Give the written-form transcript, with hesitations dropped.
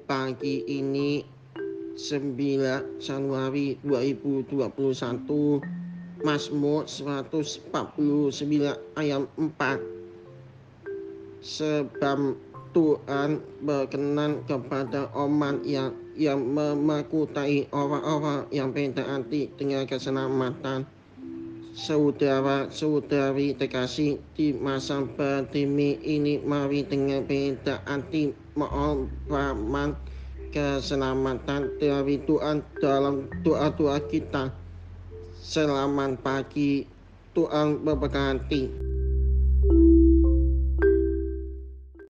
pagi ini 9 Januari 2021, Mazmur 149 ayat 4. Sebab Tuhan berkenan kepada umat yang memakutai orang-orang yang beda hati dengan keselamatan. Saudara-saudari terkasih, di masa pandemi ini mari dengan beda hati mohon rahmat keselamatan dari Tuhan dalam doa-doa kita. Selamat pagi, Tuhan memberkati.